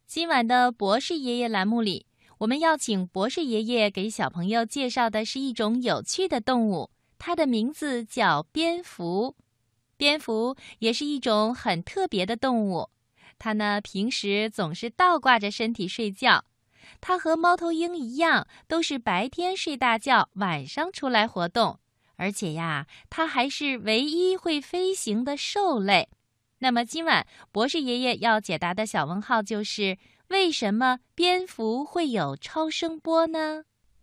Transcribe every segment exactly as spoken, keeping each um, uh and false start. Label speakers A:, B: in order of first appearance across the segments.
A: 今晚的博士爷爷栏目里，我们要请博士爷爷给小朋友介绍的是一种有趣的动物，它的名字叫蝙蝠。蝙蝠也是一种很特别的动物，它呢平时总是倒挂着身体睡觉。它和猫头鹰一样，都是白天睡大觉，晚上出来活动。而且呀，它还是唯一会飞行的兽类。那么今晚博士爷爷要解答的小问号就是：为什么蝙蝠会有超声波呢？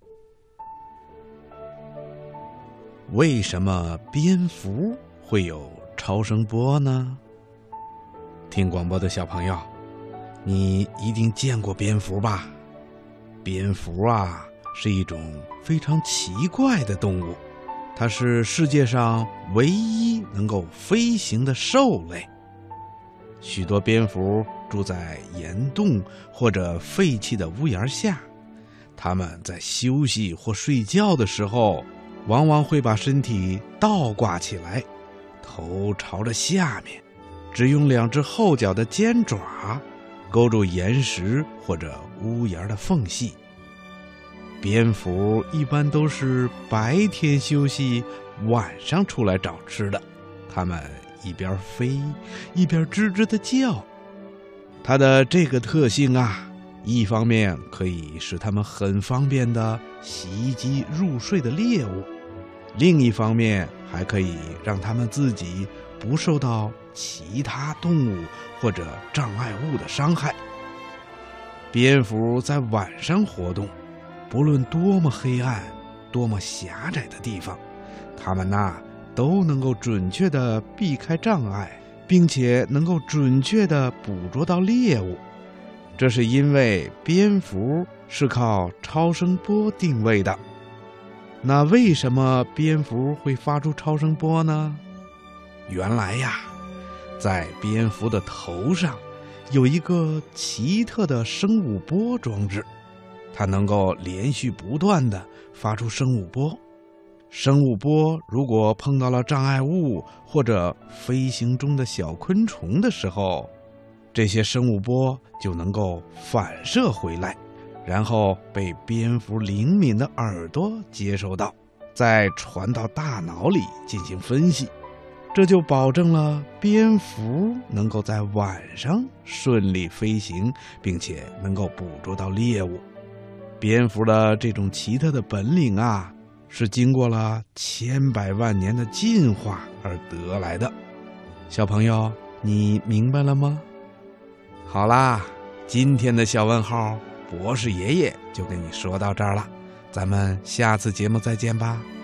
B: 为什么蝙蝠会有超声波呢？听广播的小朋友，你一定见过蝙蝠吧？蝙蝠啊，是一种非常奇怪的动物，它是世界上唯一能够飞行的兽类。许多蝙蝠住在岩洞或者废弃的屋檐下，它们在休息或睡觉的时候，往往会把身体倒挂起来，头朝着下面，只用两只后脚的尖爪勾住岩石或者屋檐的缝隙。蝙蝠一般都是白天休息，晚上出来找吃的。它们一边飞一边吱吱地叫。它的这个特性啊，一方面可以使它们很方便地袭击入睡的猎物，另一方面还可以让它们自己不受到其他动物或者障碍物的伤害。蝙蝠在晚上活动，不论多么黑暗多么狭窄的地方，它们呐都能够准确地避开障碍，并且能够准确地捕捉到猎物。这是因为蝙蝠是靠超声波定位的。那为什么蝙蝠会发出超声波呢？原来呀，在蝙蝠的头上有一个奇特的生物波装置，它能够连续不断地发出生物波。生物波如果碰到了障碍物或者飞行中的小昆虫的时候，这些生物波就能够反射回来，然后被蝙蝠灵敏的耳朵接收到，再传到大脑里进行分析。这就保证了蝙蝠能够在晚上顺利飞行，并且能够捕捉到猎物。蝙蝠的这种奇特的本领啊，是经过了千百万年的进化而得来的。小朋友，你明白了吗？好啦，今天的小问号博士爷爷就跟你说到这儿了，咱们下次节目再见吧。